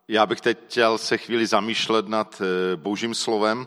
Já bych teď chtěl se chvíli zamýšlet nad Božím slovem.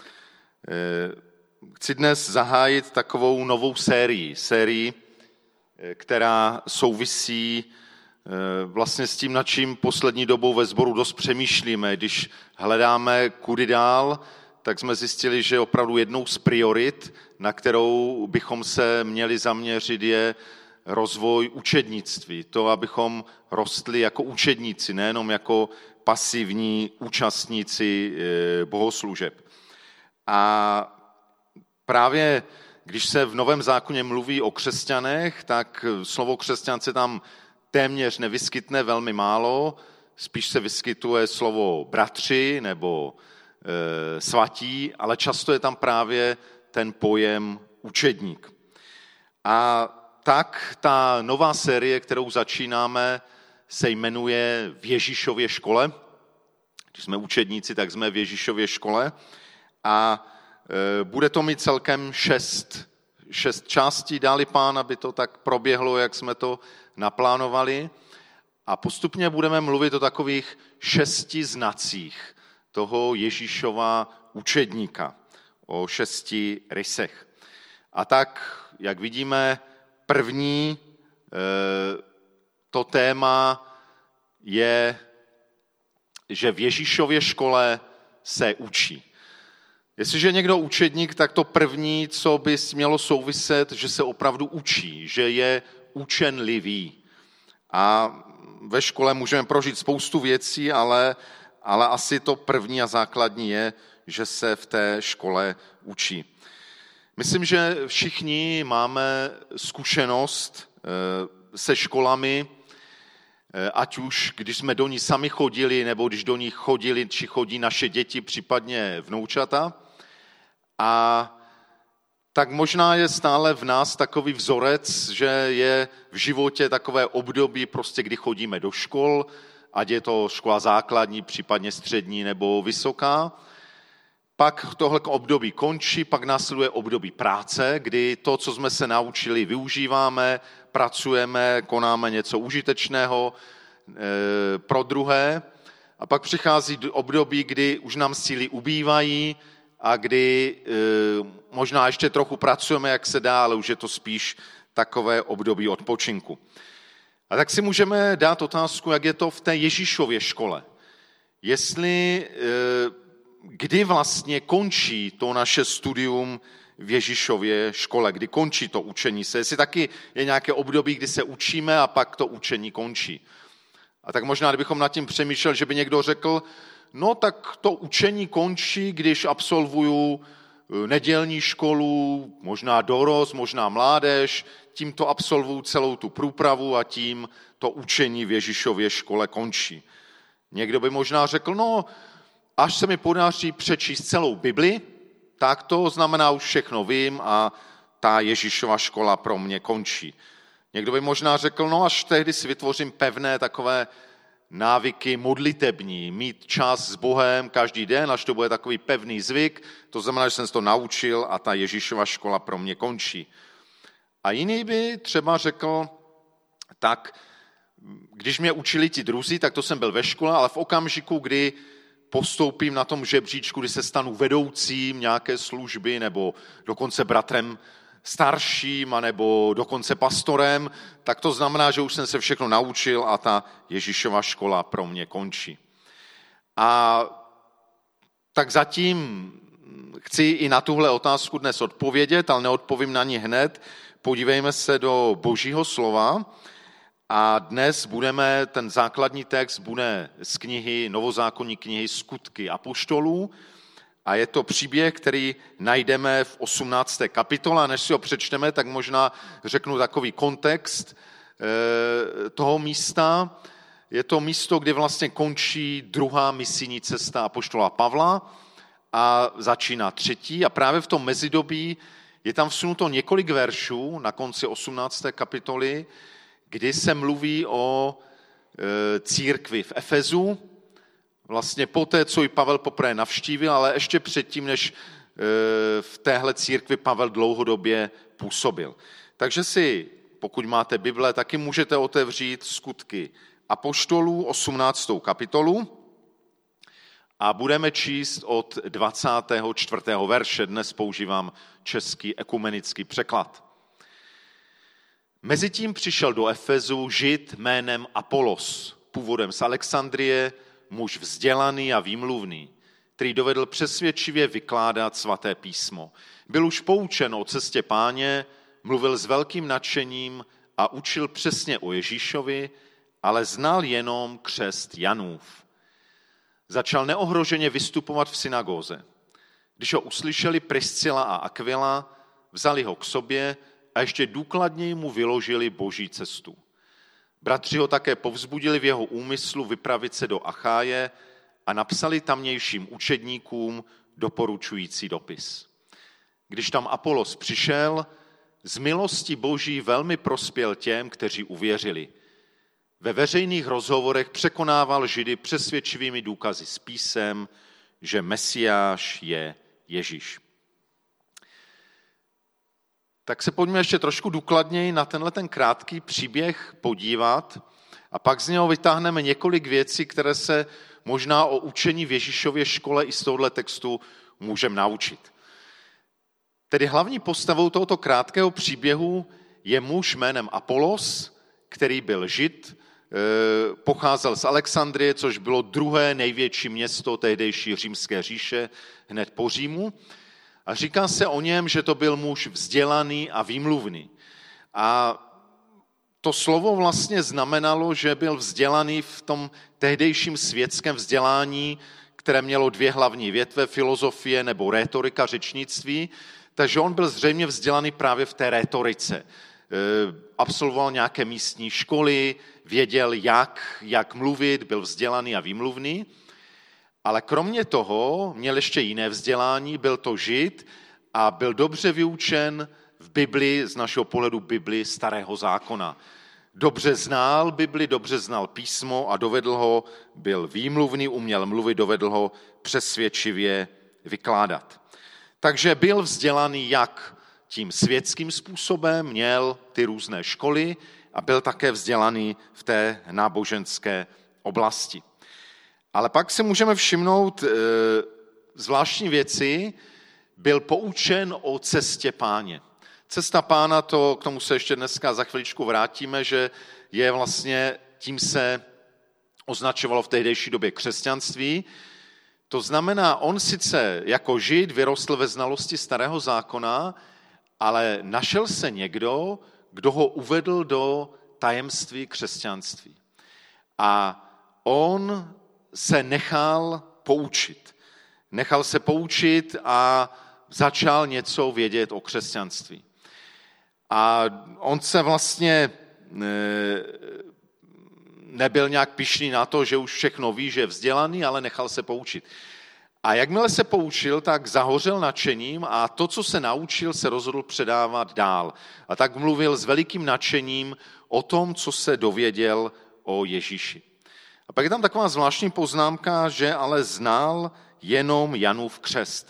Chci dnes zahájit takovou novou sérii, která souvisí vlastně s tím, nad čím poslední dobou ve sboru dost přemýšlíme. Když hledáme kudy dál, tak jsme zjistili, že opravdu jednou z priorit, na kterou bychom se měli zaměřit, je rozvoj učednictví. To, abychom rostli jako učedníci, nejenom jako pasivní účastníci bohoslužeb. A právě když se v Novém zákoně mluví o křesťanech, tak slovo křesťan se tam téměř nevyskytne, velmi málo, spíš se vyskytuje slovo bratři nebo svatí, ale často je tam právě ten pojem učedník. A tak ta nová série, kterou začínáme, se jmenuje V Ježíšově škole. Když jsme učedníci, tak jsme v Ježíšově škole. A bude to mít celkem šest částí. Dá-li Pán, aby to tak proběhlo, jak jsme to naplánovali. A postupně budeme mluvit o takových 6 znacích toho Ježíšova učedníka. O 6 rysech. A tak, jak vidíme, první to téma je, že v Ježíšově škole se učí. Jestliže je někdo učedník, tak to první, co by mělo souviset, že se opravdu učí, že je učenlivý. A ve škole můžeme prožít spoustu věcí, ale asi to první a základní je, že se v té škole učí. Myslím, že všichni máme zkušenost se školami, ať už když jsme do ní sami chodili, nebo když do ní chodili, či chodí naše děti, případně vnoučata. A tak možná je stále v nás takový vzorec, že je v životě takové období, prostě kdy chodíme do škol, ať je to škola základní, případně střední nebo vysoká. Pak tohle období končí, pak následuje období práce, kdy to, co jsme se naučili, využíváme, pracujeme, konáme něco užitečného pro druhé. A pak přichází období, kdy už nám síly ubývají a kdy možná ještě trochu pracujeme, jak se dá, ale už je to spíš takové období odpočinku. A tak si můžeme dát otázku, jak je to v té Ježíšově škole. Kdy vlastně končí to naše studium v Ježíšově škole, kdy končí to učení se. Jestli taky je nějaké období, kdy se učíme a pak to učení končí. A tak možná, kdybychom nad tím přemýšleli, že by někdo řekl, no tak to učení končí, když absolvuju nedělní školu, možná dorost, možná mládež, tím to absolvuju celou tu průpravu a tím to učení v Ježíšově škole končí. Někdo by možná řekl, no až se mi podaří přečíst celou Bibli, tak to znamená, už všechno vím a ta Ježíšova škola pro mě končí. Někdo by možná řekl, no až tehdy si vytvořím pevné takové návyky modlitební, mít čas s Bohem každý den, až to bude takový pevný zvyk, to znamená, že jsem se to naučil a ta Ježíšova škola pro mě končí. A jiný by třeba řekl, tak když mě učili ti druzí, tak to jsem byl ve škole, ale v okamžiku, kdy postoupím na tom žebříčku, kdy se stanu vedoucím nějaké služby nebo dokonce bratrem starším nebo dokonce pastorem, tak to znamená, že už jsem se všechno naučil a ta Ježíšova škola pro mě končí. A tak zatím chci i na tuhle otázku dnes odpovědět, ale neodpovím na ní hned. Podívejme se do Božího slova. A dnes ten základní text bude z knihy, novozákonní knihy Skutky apoštolů a je to příběh, který najdeme v 18. kapitole. A než si ho přečteme, tak možná řeknu takový kontext toho místa. Je to místo, kde vlastně končí druhá misijní cesta apoštola Pavla a začíná třetí. A právě v tom mezidobí je tam vsunuto několik veršů na konci 18. kapitoly, kdy se mluví o církvi v Efezu, vlastně poté, co ji Pavel poprvé navštívil, ale ještě předtím, než v téhle církvi Pavel dlouhodobě působil. Takže si, pokud máte Bible, taky můžete otevřít Skutky apoštolů, 18. kapitolu. A budeme číst od 24. verše, dnes používám český ekumenický překlad. Mezitím přišel do Efezu Žid jménem Apolos, původem z Alexandrie, muž vzdělaný a výmluvný, který dovedl přesvědčivě vykládat svaté písmo. Byl už poučen o cestě Páně, mluvil s velkým nadšením a učil přesně o Ježíšovi, ale znal jenom křest Janův. Začal neohroženě vystupovat v synagóze. Když ho uslyšeli Priscila a Aquila, vzali ho k sobě a ještě důkladněji mu vyložili boží cestu. Bratři ho také povzbudili v jeho úmyslu vypravit se do Acháje a napsali tamnějším učedníkům doporučující dopis. Když tam Apolos přišel, z milosti boží velmi prospěl těm, kteří uvěřili. Ve veřejných rozhovorech překonával Židy přesvědčivými důkazy z písem, že Mesiáš je Ježíš. Tak se pojďme ještě trošku důkladněji na tenhle ten krátký příběh podívat a pak z něho vytáhneme několik věcí, které se možná o učení v Ježíšově škole i z tohoto textu můžeme naučit. Tedy hlavní postavou tohoto krátkého příběhu je muž jménem Apolos, který byl Žid, pocházel z Alexandrie, což bylo druhé největší město tehdejší římské říše, hned po Římu. A říká se o něm, že to byl muž vzdělaný a výmluvný. A to slovo vlastně znamenalo, že byl vzdělaný v tom tehdejším světském vzdělání, které mělo dvě hlavní větve, filozofie nebo rétorika, řečnictví, takže on byl zřejmě vzdělaný právě v té rétorice. Absolvoval nějaké místní školy, věděl, jak mluvit, byl vzdělaný a výmluvný, ale kromě toho měl ještě jiné vzdělání, byl to Žid a byl dobře vyučen v Bibli, z našeho pohledu Bibli Starého zákona. Dobře znal Bibli, dobře znal písmo a dovedl ho, byl výmluvný, uměl mluvit, dovedl ho přesvědčivě vykládat. Takže byl vzdělaný jak tím světským způsobem, měl ty různé školy a byl také vzdělaný v té náboženské oblasti. Ale pak si můžeme všimnout zvláštní věci, byl poučen o cestě Páně. Cesta Pána, k tomu se ještě dneska za chviličku vrátíme, že je vlastně, tím se označovalo v tehdejší době křesťanství. To znamená, on sice jako Žid vyrostl ve znalosti Starého zákona, ale našel se někdo, kdo ho uvedl do tajemství křesťanství. A on se nechal poučit. Nechal se poučit a začal něco vědět o křesťanství. A on se vlastně nebyl nějak pyšný na to, že už všechno ví, že je vzdělaný, ale nechal se poučit. A jakmile se poučil, tak zahořel nadšením a to, co se naučil, se rozhodl předávat dál. A tak mluvil s velikým nadšením o tom, co se dověděl o Ježíši. A pak je tam taková zvláštní poznámka, že ale znal jenom Janův křest.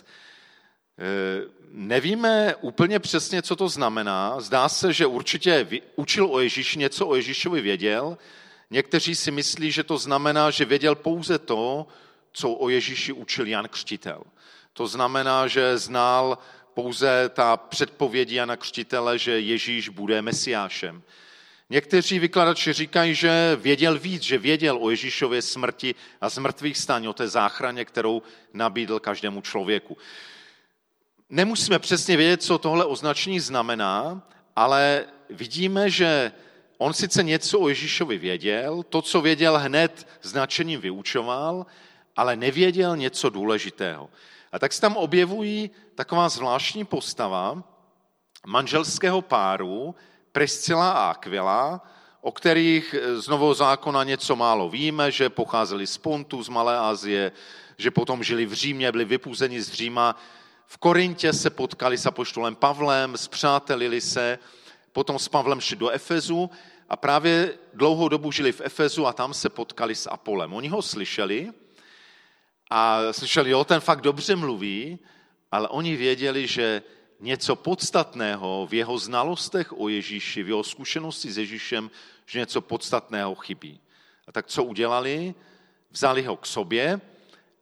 Nevíme úplně přesně, co to znamená. Zdá se, že určitě učil o Ježíši, něco o Ježíšovi věděl. Někteří si myslí, že to znamená, že věděl pouze to, co o Ježíši učil Jan Křtitel. To znamená, že znal pouze ta předpověď Jana Křtitele, že Ježíš bude Mesiášem. Někteří vykladači říkají, že věděl víc, že věděl o Ježíšově smrti a zmrtvých stání, o té záchraně, kterou nabídl každému člověku. Nemusíme přesně vědět, co tohle označení znamená, ale vidíme, že on sice něco o Ježíšovi věděl, to, co věděl, hned značením vyučoval, ale nevěděl něco důležitého. A tak se tam objevují taková zvláštní postava manželského páru, Priscila a Aquila, o kterých z Nového zákona něco málo víme, že pocházeli z Pontu, z Malé Asie, že potom žili v Římě, byli vypuzeni z Říma. V Korintě se potkali s apoštolem Pavlem, spřátelili se, potom s Pavlem šli do Efezu a právě dlouhou dobu žili v Efezu a tam se potkali s Apolem. Oni ho slyšeli a slyšeli, jo, ten fakt dobře mluví, ale oni věděli, že něco podstatného v jeho znalostech o Ježíši, v jeho zkušenosti s Ježíšem, že něco podstatného chybí. A tak co udělali? Vzali ho k sobě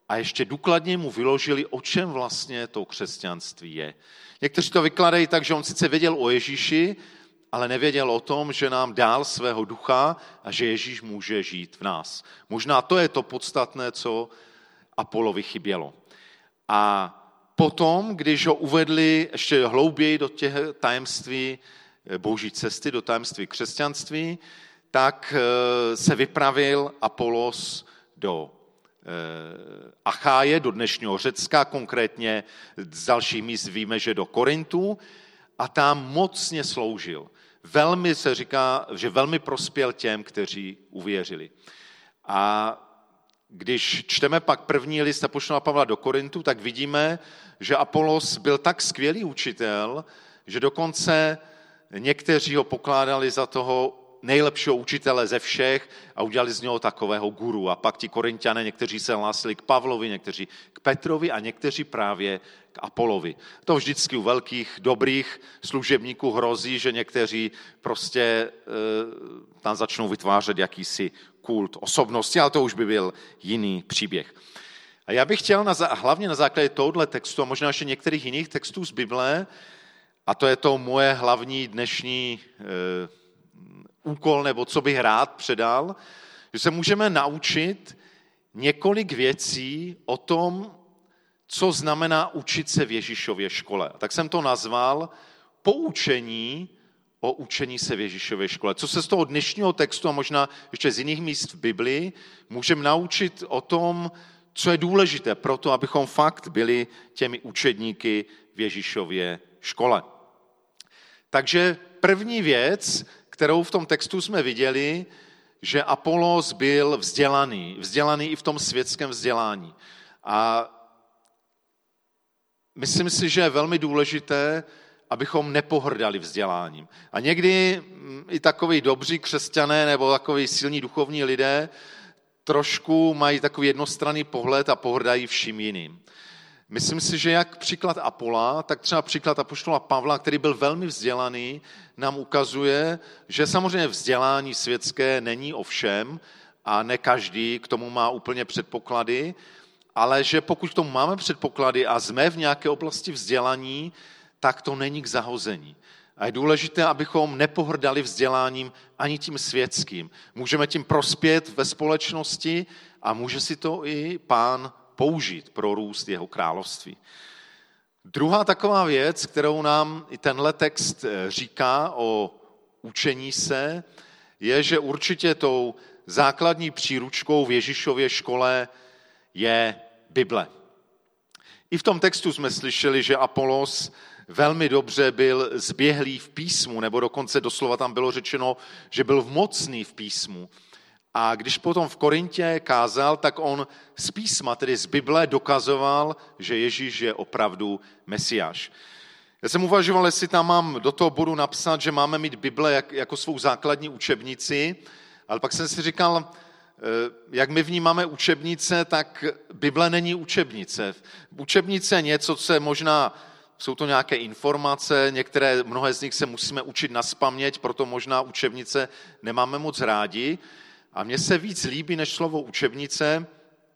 a ještě důkladně mu vyložili, o čem vlastně to křesťanství je. Někteří to vykladají tak, že on sice věděl o Ježíši, ale nevěděl o tom, že nám dal svého ducha a že Ježíš může žít v nás. Možná to je to podstatné, co Apolovi chybělo. A potom, když ho uvedli ještě hlouběji do těch tajemství boží cesty, do tajemství křesťanství, tak se vypravil Apolos do Acháje, do dnešního Řecka, konkrétně z dalších míst víme, že do Korintu, a tam mocně sloužil. Velmi se říká, že velmi prospěl těm, kteří uvěřili. A když čteme pak první list apoštola Pavla do Korintu, tak vidíme, že Apolos byl tak skvělý učitel, že dokonce někteří ho pokládali za toho nejlepšího učitele ze všech a udělali z něho takového guru. A pak ti Korinťané, někteří se hlásili k Pavlovi, někteří k Petrovi a někteří právě k Apolovi. To vždycky u velkých, dobrých služebníků hrozí, že někteří prostě tam začnou vytvářet jakýsi kult osobnosti, ale to už by byl jiný příběh. A já bych chtěl hlavně na základě tohoto textu a možná ještě některých jiných textů z Bible, a to je to moje hlavní dnešní úkol, nebo co bych rád předal, že se můžeme naučit několik věcí o tom, co znamená učit se v Ježíšově škole. Tak jsem to nazval poučení o učení se v Ježíšově škole. Co se z toho dnešního textu a možná ještě z jiných míst v Biblii můžeme naučit o tom, co je důležité pro to, abychom fakt byli těmi učedníky v Ježíšově škole. Takže první věc, kterou v tom textu jsme viděli, že Apolos byl vzdělaný i v tom světském vzdělání. A myslím si, že je velmi důležité, abychom nepohrdali vzděláním. A někdy i takoví dobří křesťané nebo takoví silní duchovní lidé trošku mají takový jednostranný pohled a pohrdají vším jiným. Myslím si, že jak příklad Apola, tak třeba příklad apoštola Pavla, který byl velmi vzdělaný, nám ukazuje, že samozřejmě vzdělání světské není o všem a ne každý k tomu má úplně předpoklady, ale že pokud k tomu máme předpoklady a jsme v nějaké oblasti vzdělaní, tak to není k zahození. A je důležité, abychom nepohrdali vzděláním ani tím světským. Můžeme tím prospět ve společnosti a může si to i Pán použít pro růst jeho království. Druhá taková věc, kterou nám i tenhle text říká o učení se, je, že určitě tou základní příručkou v Ježíšově škole je Bible. I v tom textu jsme slyšeli, že Apolos velmi dobře byl zběhlý v písmu, nebo dokonce doslova tam bylo řečeno, že byl mocný v písmu. A když potom v Korintě kázal, tak on z písma, tedy z Bible, dokazoval, že Ježíš je opravdu Mesiáš. Já jsem uvažoval, jestli tam mám do toho bodu napsat, že máme mít Bible jako svou základní učebnici, ale pak jsem si říkal, jak my vnímáme učebnice, tak Bible není učebnice. Učebnice je něco, co je možná, jsou to nějaké informace, mnohé z nich se musíme učit nazpaměť, proto možná učebnice nemáme moc rádi. A mně se víc líbí než slovo učebnice,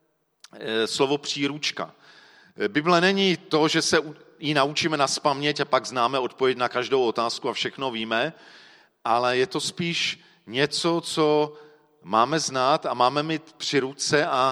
slovo příručka. Bible není to, že se ji naučíme nazpaměť a pak známe odpověď na každou otázku a všechno víme, ale je to spíš něco, co máme znát a máme mít při ruce a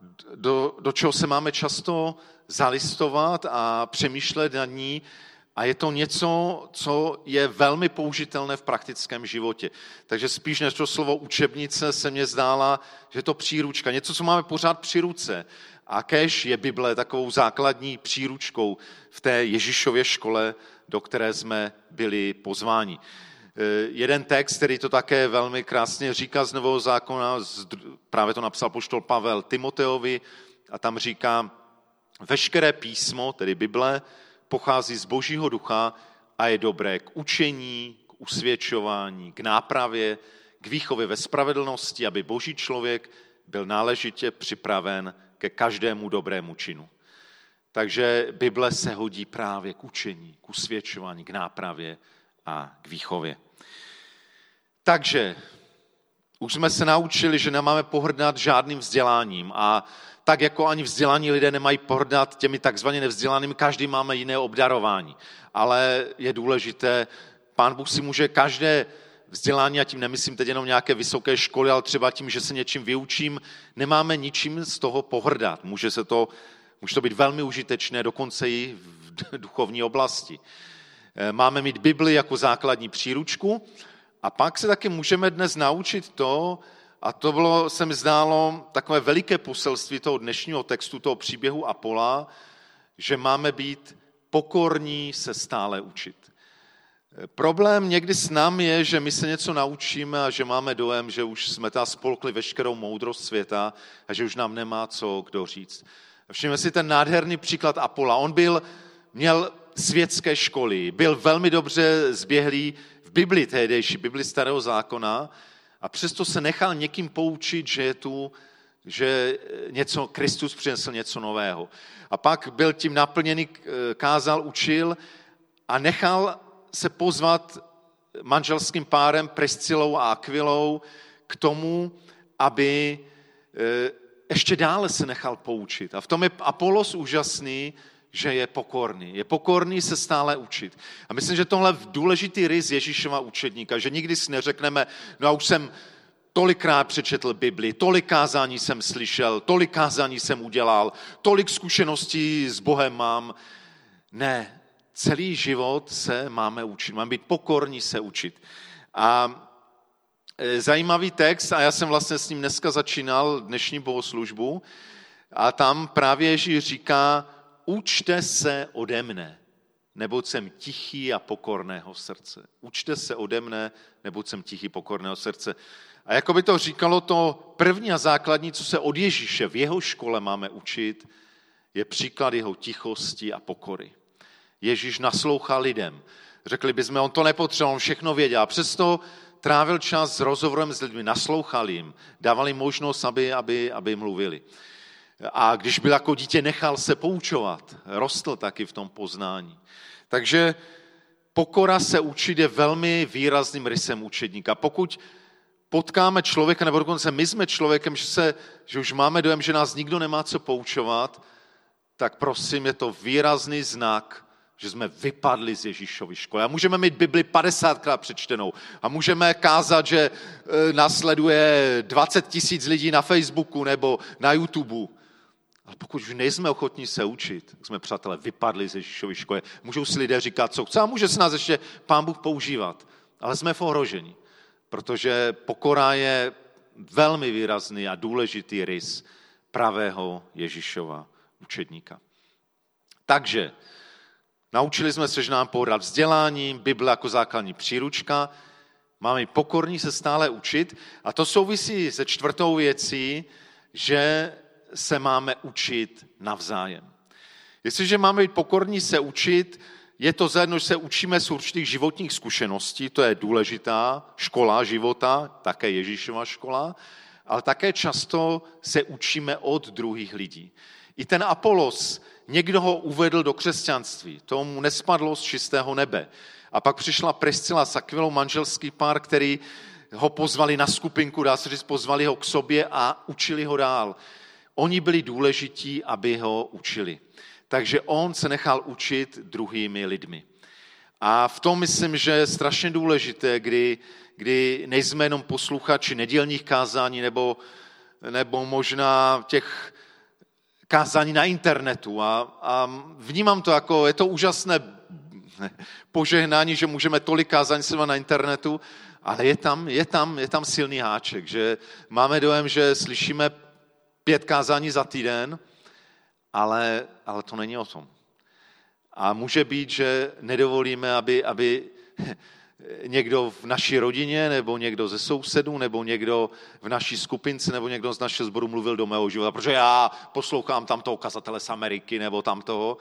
do čeho se máme často zalistovat a přemýšlet nad ní. A je to něco, co je velmi použitelné v praktickém životě. Takže spíš než to slovo učebnice se mně zdála, že je to příručka. Něco, co máme pořád při ruce. A kéž je Bible takovou základní příručkou v té Ježíšově škole, do které jsme byli pozváni. Jeden text, který to také velmi krásně říká z Nového zákona, právě to napsal apoštol Pavel Timoteovi, a tam říká, veškeré písmo, tedy Bible, pochází z Božího ducha a je dobré k učení, k usvědčování, k nápravě, k výchově ve spravedlnosti, aby Boží člověk byl náležitě připraven ke každému dobrému činu. Takže Bible se hodí právě k učení, k usvědčování, k nápravě a k výchově. Takže už jsme se naučili, že nemáme pohrdat žádným vzděláním a tak jako ani vzdělaní lidé nemají pohrdat těmi takzvaně nevzdělanými, každý máme jiné obdarování. Ale je důležité, Pán Bůh si může každé vzdělání, a tím nemyslím teď jenom nějaké vysoké školy, ale třeba tím, že se něčím vyučím, nemáme ničím z toho pohrdat. Může to být velmi užitečné, dokonce i v duchovní oblasti. Máme mít Bibli jako základní příručku a pak se taky můžeme dnes naučit to, a to se mi zdálo takové veliké poselství toho dnešního textu, toho příběhu Apolla, že máme být pokorní se stále učit. Problém někdy s námi je, že my se něco naučíme a že máme dojem, že už jsme tam spolkli veškerou moudrost světa a že už nám nemá co kdo říct. Všimněme si ten nádherný příklad Apolla. On měl světské školy, byl velmi dobře zběhlý v Bibli, tehdejší Bibli Starého zákona, a přesto se nechal někým poučit, že Kristus přinesl něco nového. A pak byl tím naplněný, kázal, učil a nechal se pozvat manželským párem Priscilou a Aquilou k tomu, aby ještě dále se nechal poučit. A v tom je Apolos úžasný, že je pokorný. Je pokorný se stále učit. A myslím, že tohle je důležitý rys Ježíšova učedníka, že nikdy si neřekneme, no a už jsem tolikrát přečetl Bibli, tolik kázání jsem slyšel, tolik kázání jsem udělal, tolik zkušeností s Bohem mám. Ne, celý život se máme učit, máme být pokorní se učit. A zajímavý text, a já jsem vlastně s ním dneska začínal dnešní bohoslužbu, a tam právě Ježíš říká, učte se ode mne, neboť jsem tichý a pokorného srdce. Učte se ode mne, neboť jsem tichý pokorného srdce. A jako by to říkalo, to první a základní, co se od Ježíše v jeho škole máme učit, je příklad jeho tichosti a pokory. Ježíš naslouchal lidem. Řekli bychom, on to nepotřeboval, on všechno věděl. A přesto trávil čas s rozhovorem s lidmi, naslouchal jim, dával jim možnost, aby mluvili. A když byl jako dítě, nechal se poučovat, rostl taky v tom poznání. Takže pokora se učit je velmi výrazným rysem učedníka. Pokud potkáme člověka, nebo dokonce my jsme člověkem, že už máme dojem, že nás nikdo nemá co poučovat, tak prosím, je to výrazný znak, že jsme vypadli z Ježíšovy školy. A můžeme mít Bibli 50krát přečtenou. A můžeme kázat, že následuje 20 000 lidí na Facebooku nebo na YouTube. Ale pokud už nejsme ochotní se učit, tak jsme, přátelé, vypadli z Ježíšovy školy. Můžou si lidé říkat, co chce, a může se nás ještě Pán Bůh používat. Ale jsme v ohrožení, protože pokora je velmi výrazný a důležitý rys pravého Ježíšova učedníka. Takže naučili jsme se, že nám pohrát vzděláním, Bible jako základní příručka, máme pokorní se stále učit a to souvisí se čtvrtou věcí, že se máme učit navzájem. Jestliže máme být pokorní se učit, je to zajedno, že se učíme z určitých životních zkušeností, to je důležitá škola života, také Ježíšova škola, ale také často se učíme od druhých lidí. I ten Apolos, někdo ho uvedl do křesťanství, to mu nespadlo z čistého nebe. A pak přišla Priscila s Aquilou, manželský pár, který ho pozvali na skupinku, dá se říct, pozvali ho k sobě a učili ho dál. Oni byli důležití, aby ho učili. Takže on se nechal učit druhými lidmi. A v tom myslím, že je strašně důležité, kdy nejsme jenom posluchači nedělních kázání nebo možná těch kázání na internetu. A vnímám to jako, je to úžasné požehnání, že můžeme tolik kázání sledovat na internetu, ale je tam silný háček, že máme dojem, že slyšíme 5 kázání za týden, ale to není o tom. A může být, že nedovolíme, aby někdo v naší rodině, nebo někdo ze sousedů, nebo někdo v naší skupince, nebo někdo z našeho sboru mluvil do mého života, protože já poslouchám tamtoho kazatele z Ameriky, nebo tamtoho.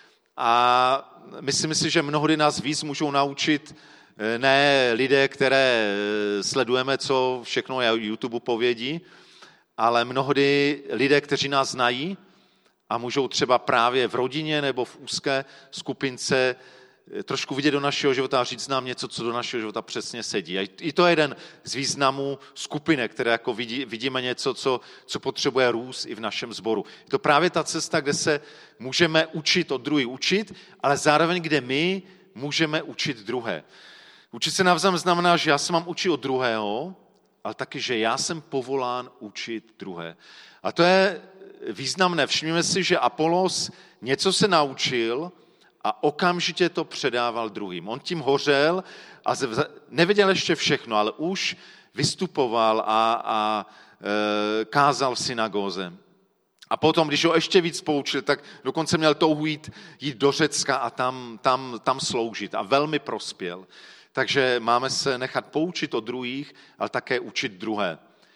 A myslím si, že mnohdy nás víc můžou naučit ne lidé, které sledujeme, co všechno na YouTube povědí, ale mnohdy lidé, kteří nás znají a můžou třeba právě v rodině nebo v úzké skupince trošku vidět do našeho života a říct nám něco, co do našeho života přesně sedí. A i to je jeden z významů skupiny, které jako vidíme něco, co potřebuje růst i v našem sboru. Je to právě ta cesta, kde se můžeme učit od druhých učit, ale zároveň, kde my můžeme učit druhé. Učit se navzájem znamená, že já se mám učit od druhého, ale taky, že já jsem povolán učit druhé. A to je významné. Všimněme si, že Apolos něco se naučil a okamžitě to předával druhým. On tím hořel a nevěděl ještě všechno, ale už vystupoval a kázal v synagóze. A potom, když ho ještě víc poučil, tak dokonce měl touhu jít do Řecka a tam sloužit a velmi prospěl. Takže máme se nechat poučit od druhých, ale také učit druhé.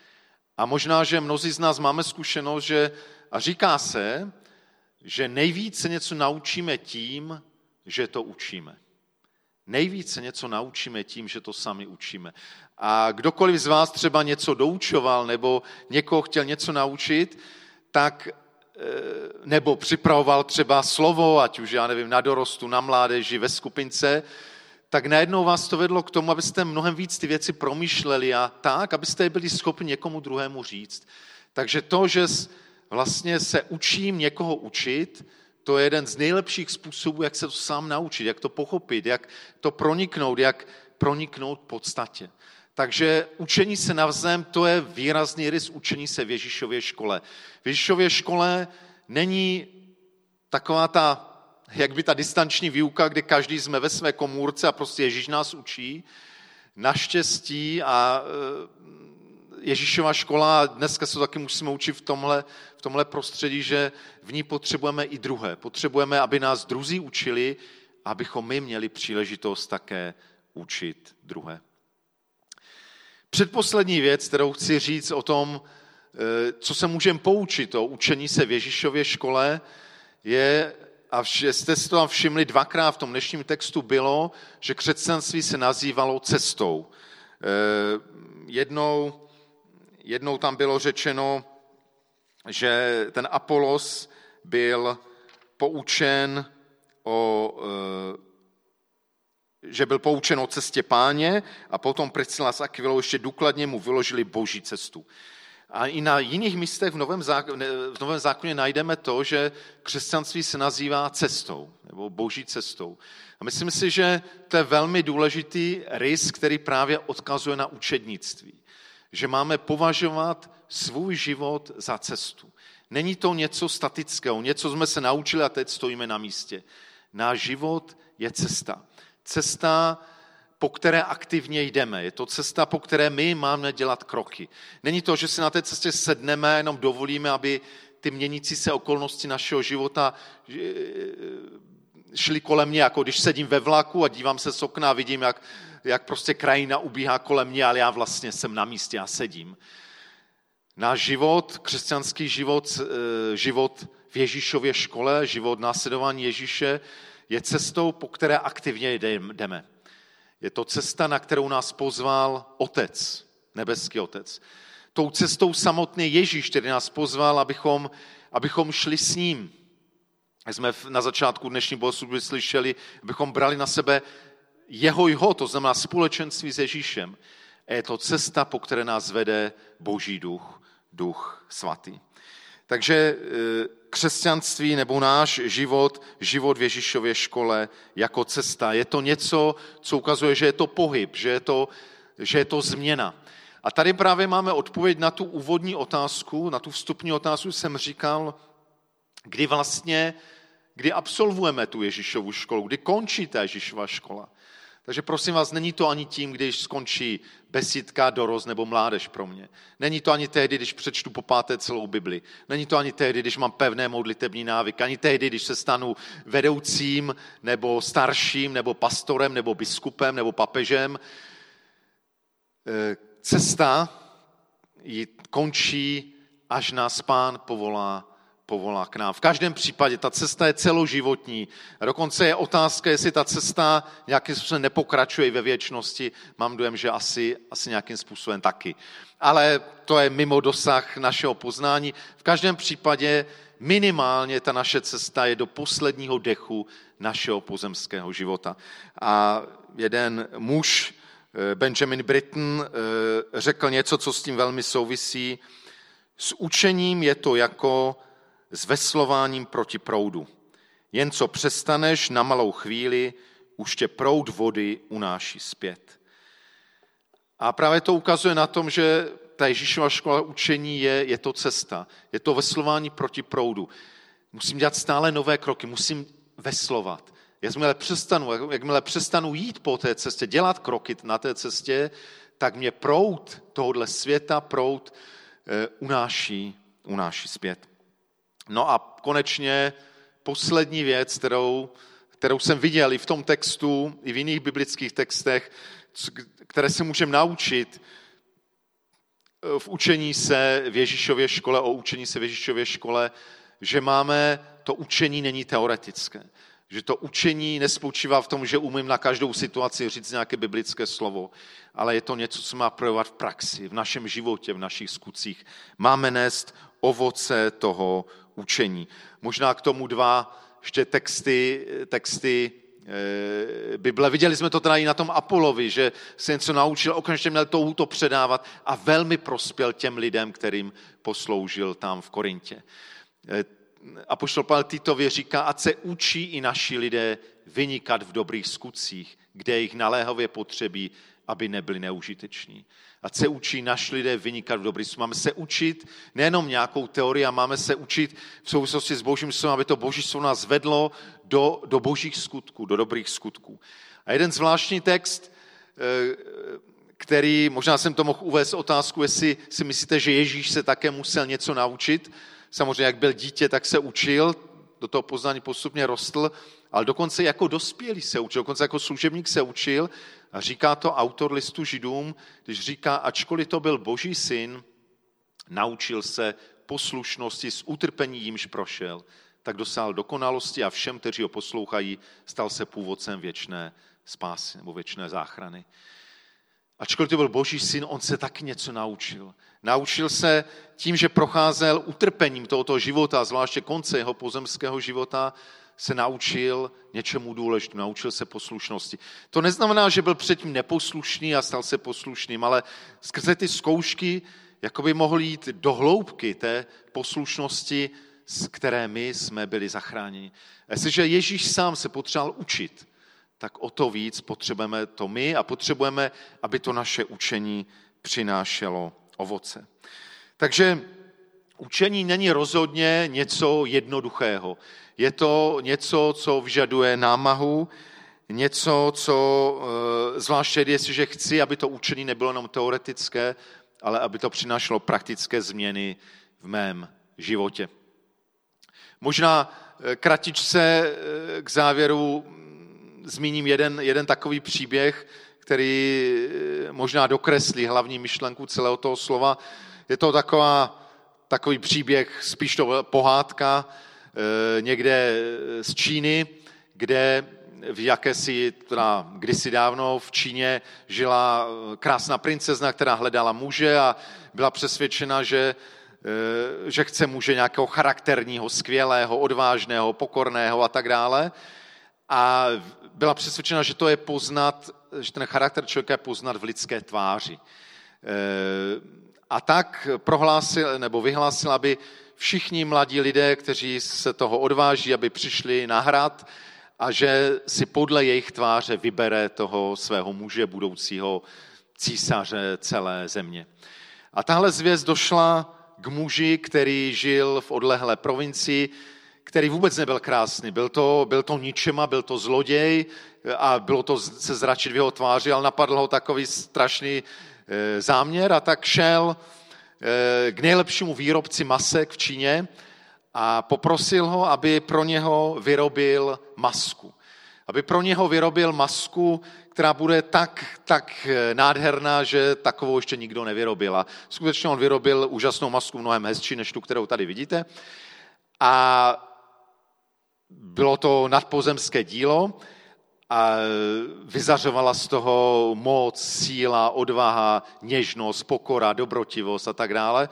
A možná, že mnozí z nás máme zkušenost, a říká se, že nejvíce něco naučíme tím, že to učíme. Nejvíce něco naučíme tím, že to sami učíme. A kdokoliv z vás třeba něco doučoval nebo někoho chtěl něco naučit, tak nebo připravoval třeba slovo, ať už, já nevím, na dorostu, na mládeži, ve skupince, tak najednou vás to vedlo k tomu, abyste mnohem víc ty věci promýšleli a tak, abyste byli schopni někomu druhému říct. Takže to, že vlastně se učím někoho učit, to je jeden z nejlepších způsobů, jak se to sám naučit, jak to pochopit, jak to proniknout, jak proniknout podstatě. Takže učení se navzájem, to je výrazný rys učení se v Ježíšově škole. V Ježíšově škole není taková ta distanční výuka, kde každý jsme ve své komůrce a prostě Ježíš nás učí. Naštěstí a Ježíšova škola, a dneska se to taky musíme učit v tomhle prostředí, že v ní potřebujeme i druhé. Potřebujeme, aby nás druzí učili, abychom my měli příležitost také učit druhé. Předposlední věc, kterou chci říct o tom, co se můžeme poučit o učení se v Ježíšově škole, je, a jste si to tam všimli, dvakrát v tom dnešním textu bylo, že křesťanství se nazývalo cestou. Jednou tam bylo řečeno, že ten Apolos byl poučen o cestě Páně a potom Priscila s Akvilou ještě důkladně mu vyložili boží cestu. A i na jiných místech v Novém zákoně najdeme to, že křesťanství se nazývá cestou, nebo boží cestou. A myslím si, že to je velmi důležitý rys, který právě odkazuje na učednictví. Že máme považovat svůj život za cestu. Není to něco statického, něco jsme se naučili a teď stojíme na místě. Náš život je cesta. Cesta, po které aktivně jdeme. Je to cesta, po které my máme dělat kroky. Není to, že si na té cestě sedneme a jenom dovolíme, aby ty měnící se okolnosti našeho života šly kolem mě, jako když sedím ve vlaku a dívám se z okna a vidím, jak prostě krajina ubíhá kolem mě, ale já vlastně jsem na místě a sedím. Náš život, křesťanský život, život v Ježíšově škole, život následování Ježíše je cestou, po které aktivně jdeme. Je to cesta, na kterou nás pozval Otec, nebeský Otec. Tou cestou samotný Ježíš, který nás pozval, abychom šli s ním. Jsme na začátku dnešní bohoslužby slyšeli, abychom brali na sebe jeho, to znamená společenství s Ježíšem. A je to cesta, po které nás vede Boží duch, Duch svatý. Takže křesťanství nebo náš život v Ježíšově škole jako cesta, je to něco, co ukazuje, že je to pohyb, že je to změna. A tady právě máme odpověď na tu úvodní otázku, na tu vstupní otázku jsem říkal, kdy absolvujeme tu Ježíšovu školu, kdy končí ta Ježíšova škola. Takže prosím vás, není to ani tím, když skončí besídka, dorost nebo mládež pro mě. Není to ani tehdy, když přečtu po páté celou Bibli. Není to ani tehdy, když mám pevné modlitební návyky. Ani tehdy, když se stanu vedoucím nebo starším nebo pastorem nebo biskupem nebo papežem. Cesta končí, až nás Pán povolá k nám. V každém případě ta cesta je celoživotní. A dokonce je otázka, jestli ta cesta nějakým způsobem nepokračuje i ve věčnosti. Mám dojem, že asi nějakým způsobem taky. Ale to je mimo dosah našeho poznání. V každém případě minimálně ta naše cesta je do posledního dechu našeho pozemského života. A jeden muž, Benjamin Britten, řekl něco, co s tím velmi souvisí. S učením je to jako s veslováním proti proudu. Jen co přestaneš na malou chvíli, už tě proud vody unáší zpět. A právě to ukazuje na tom, že ta Ježíšova škola učení je to cesta. Je to veslování proti proudu. Musím dělat stále nové kroky, musím veslovat. Jakmile přestanu jít po té cestě, dělat kroky na té cestě, tak mě proud tohohle světa, proud unáší zpět. No a konečně poslední věc, kterou jsem viděl i v tom textu, i v jiných biblických textech, které se můžeme naučit v učení se v Ježíšově škole, o učení se v Ježíšově škole, že to učení není teoretické. Že to učení nespočívá v tom, že umím na každou situaci říct nějaké biblické slovo, ale je to něco, co má projevovat v praxi, v našem životě, v našich skutcích. Máme nést ovoce toho učení. Možná k tomu dva ještě texty Bible. Viděli jsme to teda i na tom Apolovi, že se něco naučil, okamžitě měl touhu to předávat a velmi prospěl těm lidem, kterým posloužil tam v Korintě. Apoštol Pavel Titově říká, ať se učí i naši lidé vynikat v dobrých skutcích, kde jich naléhavě potřebí, aby nebyli neužiteční. Ať se učí naši lidé vynikat v dobrých skutcích. Máme se učit nejenom nějakou teorii, a máme se učit v souvislosti s Božím slovem, aby to Boží slovo nás vedlo do božích skutků, do dobrých skutků. A jeden zvláštní text, který, možná jsem to mohl uvést otázku, jestli si myslíte, že Ježíš se také musel něco naučit. Samozřejmě, jak byl dítě, tak se učil, do toho poznání postupně rostl, ale dokonce jako dospělý se učil, dokonce jako služebník se učil. A říká to autor listu Židům, když říká, ačkoliv to byl Boží syn, naučil se poslušnosti s utrpení, jímž prošel, tak dosáhl dokonalosti a všem, kteří ho poslouchají, stal se původcem věčné spásy nebo věčné záchrany. Ačkoliv to byl Boží syn, on se taky něco naučil. Naučil se tím, že procházel utrpením tohoto života, zvláště konce jeho pozemského života, se naučil něčemu důležitému, naučil se poslušnosti. To neznamená, že byl předtím neposlušný a stal se poslušným, ale skrze ty zkoušky jakoby mohl jít do hloubky té poslušnosti, z které my jsme byli zachráněni. A jestliže Ježíš sám se potřeboval učit, tak o to víc potřebujeme to my a potřebujeme, aby to naše učení přinášelo ovoce. Takže učení není rozhodně něco jednoduchého. Je to něco, co vyžaduje námahu, něco, co zvláště jestliže chci, aby to učení nebylo jenom teoretické, ale aby to přinášelo praktické změny v mém životě. Možná kratičce k závěru zmíním jeden takový příběh, který možná dokreslí hlavní myšlenku celého toho slova. Je to takový příběh, spíš to pohádka, někde z Číny, kde kdysi dávno v Číně žila krásná princezna, která hledala muže a byla přesvědčena, že chce muže nějakého charakterního, skvělého, odvážného, pokorného a tak dále. A byla přesvědčena, že to je poznat, že ten charakter člověka je poznat v lidské tváři. A tak vyhlásil, aby všichni mladí lidé, kteří se toho odváží, aby přišli na hrad a že si podle jejich tváře vybere toho svého muže, budoucího císaře celé země. A tahle zvěst došla k muži, který žil v odlehlé provincii, který vůbec nebyl krásný. Byl to ničema, byl to zloděj a bylo to se zračit v jeho tváři, ale napadl ho takový strašný záměr a tak šel k nejlepšímu výrobci masek v Číně a poprosil ho, aby pro něho vyrobil masku. Aby pro něho vyrobil masku, která bude tak nádherná, že takovou ještě nikdo nevyrobil. A skutečně on vyrobil úžasnou masku, mnohem hezčí než tu, kterou tady vidíte. A bylo to nadpozemské dílo a vyzařovala z toho moc, síla, odvaha, něžnost, pokora, dobrotivost a tak dále.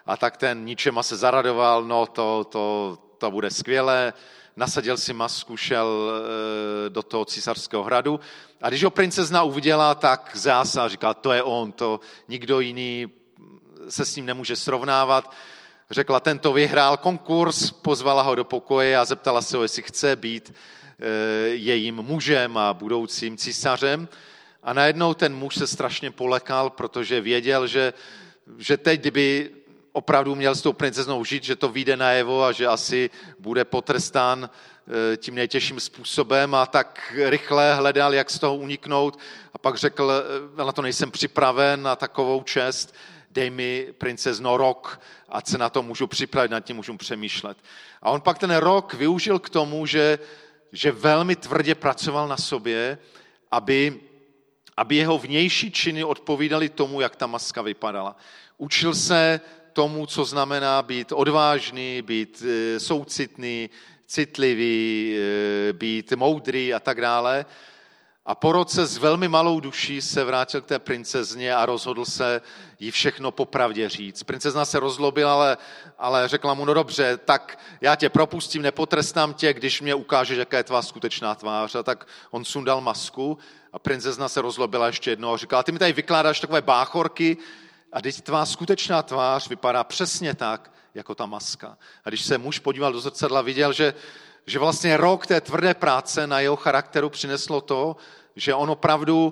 A tak ten ničema se zaradoval, no to bude skvělé. Nasadil si masku, šel do toho císařského hradu. A když ho princezna uviděla, tak zásahla, říkala, to je on, to nikdo jiný se s ním nemůže srovnávat. Řekla, tento vyhrál konkurs, pozvala ho do pokoje a zeptala se ho, jestli chce být jejím mužem a budoucím císařem. A najednou ten muž se strašně polekal, protože věděl, že teď, kdyby opravdu měl s tou princeznou žít, že to vyjde najevo a že asi bude potrestán tím nejtěžším způsobem a tak rychle hledal, jak z toho uniknout a pak řekl, na to nejsem připraven na takovou čest, dej mi princezno rok, ať se na to můžu připravit, nad tím můžu přemýšlet. A on pak ten rok využil k tomu, že velmi tvrdě pracoval na sobě, aby jeho vnější činy odpovídaly tomu, jak ta maska vypadala. Učil se tomu, co znamená být odvážný, být soucitný, citlivý, být moudrý a tak dále. A po roce s velmi malou duší se vrátil k té princezně a rozhodl se jí všechno popravdě říct. Princezna se rozlobila, ale řekla mu, no dobře, tak já tě propustím, nepotrestám tě, když mě ukážeš, jaká je tvá skutečná tvář. A tak on sundal masku a princezna se rozlobila ještě jednou a říkala, ty mi tady vykládáš takové báchorky a teď tvá skutečná tvář vypadá přesně tak, jako ta maska. A když se muž podíval do zrcadla, viděl, že vlastně rok té tvrdé práce na jeho charakteru přineslo to, že on opravdu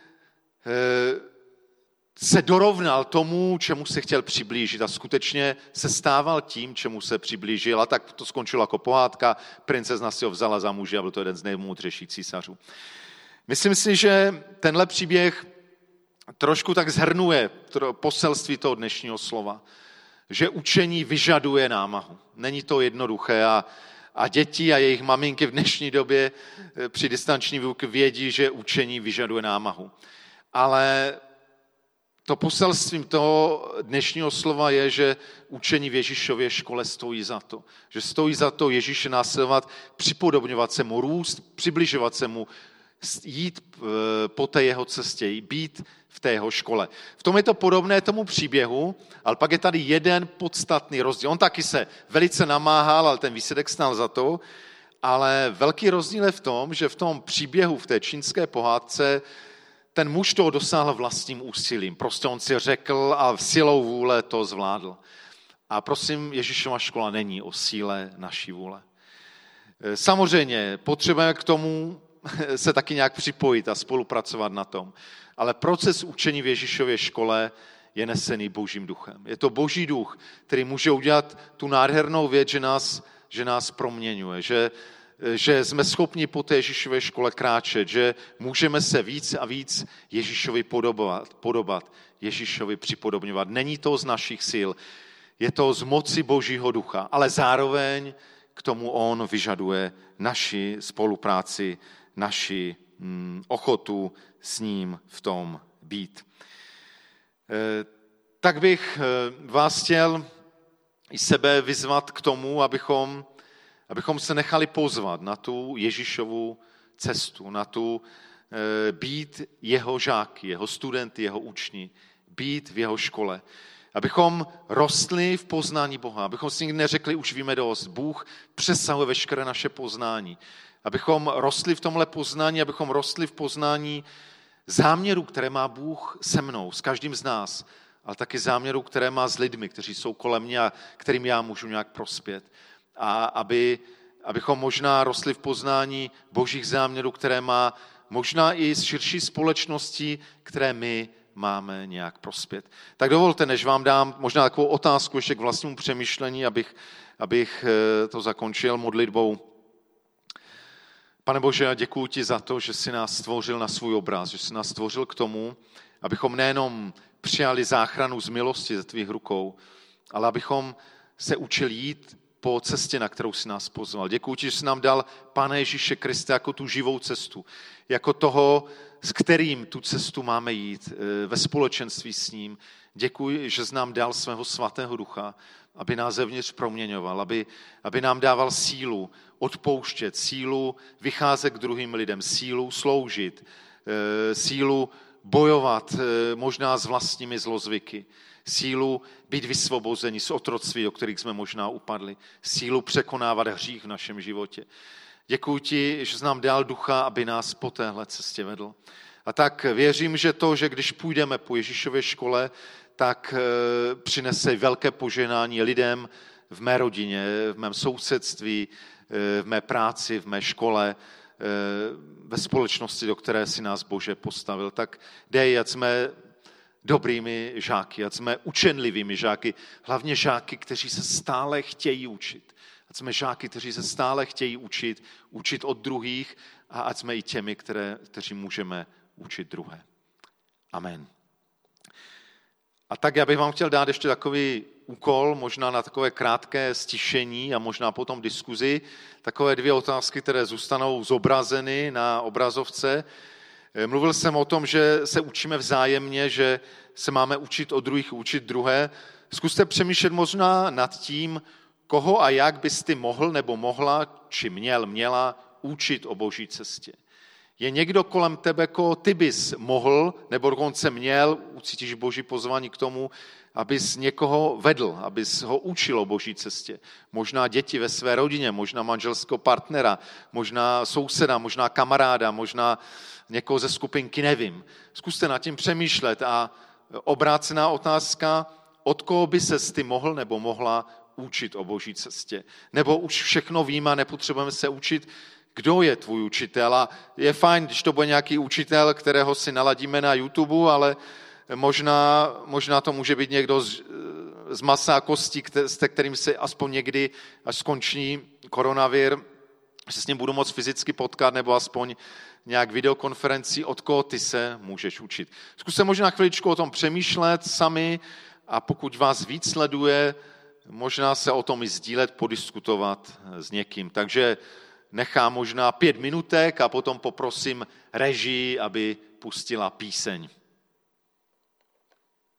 se dorovnal tomu, čemu se chtěl přiblížit a skutečně se stával tím, čemu se přiblížil. A tak to skončilo jako pohádka, princezna si ho vzala za muže a byl to jeden z nejmoudřejších císařů. Myslím si, že tenhle příběh trošku tak zhrnuje poselství toho dnešního slova, že učení vyžaduje námahu. Není to jednoduché a děti a jejich maminky v dnešní době při distanční výuce vědí, že učení vyžaduje námahu. Ale to poselstvím toho dnešního slova je, že učení v Ježíšově škole stojí za to. Že stojí za to Ježíše následovat, připodobňovat se mu, růst, přibližovat se mu, jít po té jeho cestě, být v té jeho škole. V tom je to podobné tomu příběhu, ale pak je tady jeden podstatný rozdíl. On taky se velice namáhal, ale ten výsledek stál za to, ale velký rozdíl je v tom, že v tom příběhu, v té čínské pohádce, ten muž toho dosáhl vlastním úsilím. Prostě on si řekl a silou vůle to zvládl. A prosím, Ježíšova škola není o síle naší vůle. Samozřejmě potřebujeme k tomu se taky nějak připojit a spolupracovat na tom. Ale proces učení v Ježíšově škole je nesený Božím duchem. Je to Boží duch, který může udělat tu nádhernou věc, že nás proměňuje, že jsme schopni po té Ježíšové škole kráčet, že můžeme se víc a víc Ježíšovi podobat, Ježíšovi připodobňovat. Není to z našich sil, je to z moci Božího ducha, ale zároveň k tomu on vyžaduje naši spolupráci, naši ochotu s ním v tom být. Tak bych vás chtěl i sebe vyzvat k tomu, abychom se nechali pozvat na tu Ježíšovu cestu, na tu být jeho žáky, jeho studenty, jeho učni, být v jeho škole. Abychom rostli v poznání Boha, abychom si nikdy neřekli, už víme dost. Bůh přesahuje veškeré naše poznání. Abychom rostli v tomhle poznání, abychom rostli v poznání záměru, které má Bůh se mnou, s každým z nás, ale taky záměru, které má s lidmi, kteří jsou kolem mě a kterým já můžu nějak prospět. A abychom možná rostli v poznání Božích záměrů, které má možná i z širší společnosti, které my máme nějak prospět. Tak dovolte, než vám dám možná takovou otázku ještě k vlastnímu přemýšlení, abych to zakončil modlitbou. Pane Bože, já děkuji ti za to, že jsi nás stvořil na svůj obraz, že jsi nás stvořil k tomu, abychom nejenom přijali záchranu z milosti ze tvých rukou, ale abychom se učili jít po cestě, na kterou jsi nás pozval. Děkuji ti, že jsi nám dal Pána Ježíše Krista jako tu živou cestu, jako toho, s kterým tu cestu máme jít ve společenství s ním. Děkuji, že jsi nám dal svého svatého ducha, aby nás zevnitř proměňoval, aby nám dával sílu odpouštět, sílu vycházet k druhým lidem, sílu sloužit, sílu bojovat možná s vlastními zlozvyky, sílu být vysvobozeni z otroctví, do kterých jsme možná upadli, sílu překonávat hřích v našem životě. Děkuji ti, že jsi nám dal ducha, aby nás po téhle cestě vedl. A tak věřím, že to, že když půjdeme po Ježíšově škole, tak přinese velké požehnání lidem v mé rodině, v mém sousedství, v mé práci, v mé škole, ve společnosti, do které si nás Bože postavil. Tak dej, ať jsme dobrými žáky, ať jsme učenlivými žáky, hlavně žáky, kteří se stále chtějí učit. Ať jsme žáky, kteří se stále chtějí učit od druhých a ať jsme i těmi, kteří můžeme učit druhé. Amen. A tak já bych vám chtěl dát ještě takový úkol, možná na takové krátké stišení a možná potom diskuzi, takové 2 otázky, které zůstanou zobrazeny na obrazovce. Mluvil jsem o tom, že se učíme vzájemně, že se máme učit od druhých, učit druhé. Zkuste přemýšlet možná nad tím, koho a jak bys ty mohl nebo mohla, či měla učit o Boží cestě. Je někdo kolem tebe, koho ty bys mohl, nebo dokonce měl, ucítíš Boží pozvání k tomu, abys někoho vedl, abys ho učil o Boží cestě. Možná děti ve své rodině, možná manželského partnera, možná souseda, možná kamaráda, možná někoho ze skupinky, nevím. Zkuste nad tím přemýšlet a obrácená otázka, od koho by ses ty mohl nebo mohla učit o Boží cestě. Nebo už všechno víme a nepotřebujeme se učit, kdo je tvůj učitel. A je fajn, když to bude nějaký učitel, kterého si naladíme na YouTube, ale možná to může být někdo z masa a kostí, s kterým se aspoň někdy, až skončí koronavir, že se s ním budu moct fyzicky potkat, nebo aspoň nějak videokonferenci, od koho ty se můžeš učit. Zkuste možná chviličku o tom přemýšlet sami a pokud vás víc sleduje, možná se o tom i sdílet, podiskutovat s někým. Takže nechám možná 5 minutek a potom poprosím režii, aby pustila píseň.